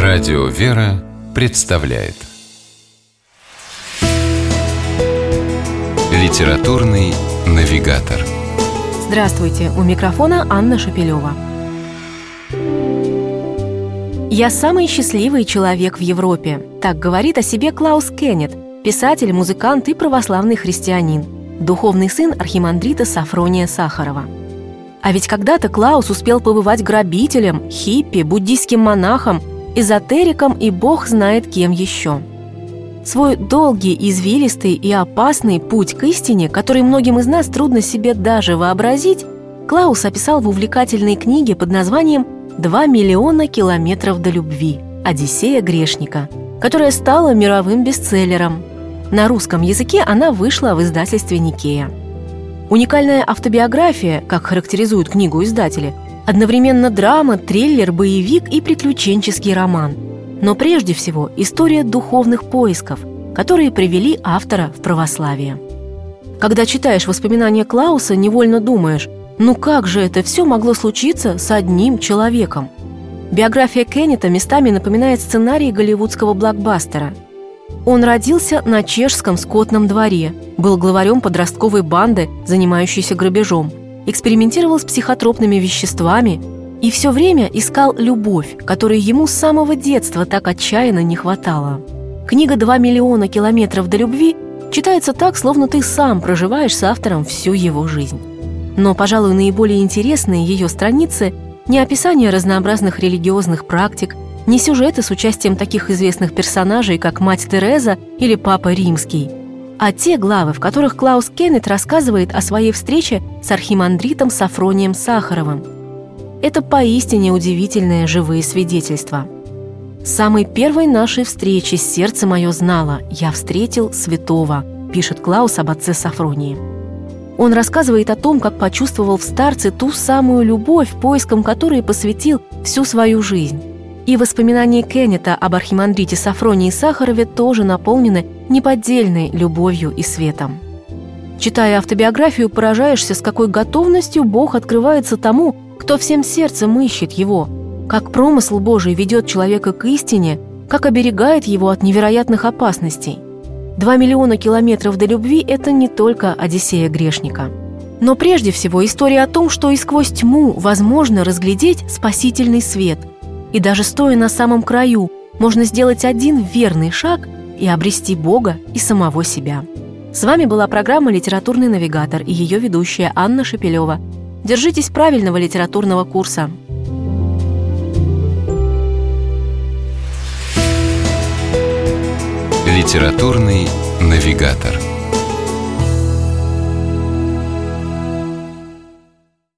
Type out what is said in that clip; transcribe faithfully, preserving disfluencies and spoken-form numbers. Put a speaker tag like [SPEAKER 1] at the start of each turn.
[SPEAKER 1] Радио «Вера» представляет Литературный навигатор.
[SPEAKER 2] Здравствуйте, у микрофона Анна Шапилева. «Я самый счастливый человек в Европе», так говорит о себе Клаус Кеннет, писатель, музыкант и православный христианин, духовный сын архимандрита Сафрония Сахарова. А ведь когда-то Клаус успел побывать грабителем, хиппи, буддийским монахом, эзотериком и бог знает кем еще. Свой долгий, извилистый и опасный путь к истине, который многим из нас трудно себе даже вообразить, Клаус описал в увлекательной книге под названием «Два миллиона километров до любви. Одиссея грешника», которая стала мировым бестселлером. На русском языке она вышла в издательстве «Никея». Уникальная автобиография, как характеризуют книгу издатели, одновременно драма, триллер, боевик и приключенческий роман. Но прежде всего история духовных поисков, которые привели автора в православие. Когда читаешь воспоминания Клауса, невольно думаешь, ну как же это все могло случиться с одним человеком? Биография Кеннета местами напоминает сценарий голливудского блокбастера. Он родился на чешском скотном дворе, был главарем подростковой банды, занимающейся грабежом, экспериментировал с психотропными веществами и все время искал любовь, которой ему с самого детства так отчаянно не хватало. Книга «Два миллиона километров до любви» читается так, словно ты сам проживаешь с автором всю его жизнь. Но, пожалуй, наиболее интересные ее страницы не описание разнообразных религиозных практик, не сюжеты с участием таких известных персонажей, как мать Тереза или папа Римский, а те главы, в которых Клаус Кеннет рассказывает о своей встрече с архимандритом Сафронием Сахаровым. Это поистине удивительные живые свидетельства. «С самой первой нашей встречи сердце мое знало, я встретил святого», пишет Клаус об отце Сафронии. Он рассказывает о том, как почувствовал в старце ту самую любовь, поиском которой посвятил всю свою жизнь. И воспоминания Кеннета об архимандрите Сафронии Сахарове тоже наполнены неподдельной любовью и светом. Читая автобиографию, поражаешься, с какой готовностью Бог открывается тому, кто всем сердцем ищет Его, как промысл Божий ведет человека к истине, как оберегает его от невероятных опасностей. «Два миллиона километров до любви» — это не только Одиссея грешника. Но прежде всего история о том, что и сквозь тьму возможно разглядеть спасительный свет. И даже стоя на самом краю, можно сделать один верный шаг и обрести Бога и самого себя. С вами была программа «Литературный навигатор» и ее ведущая Анна Шапилева. Держитесь правильного литературного курса.
[SPEAKER 1] Литературный навигатор.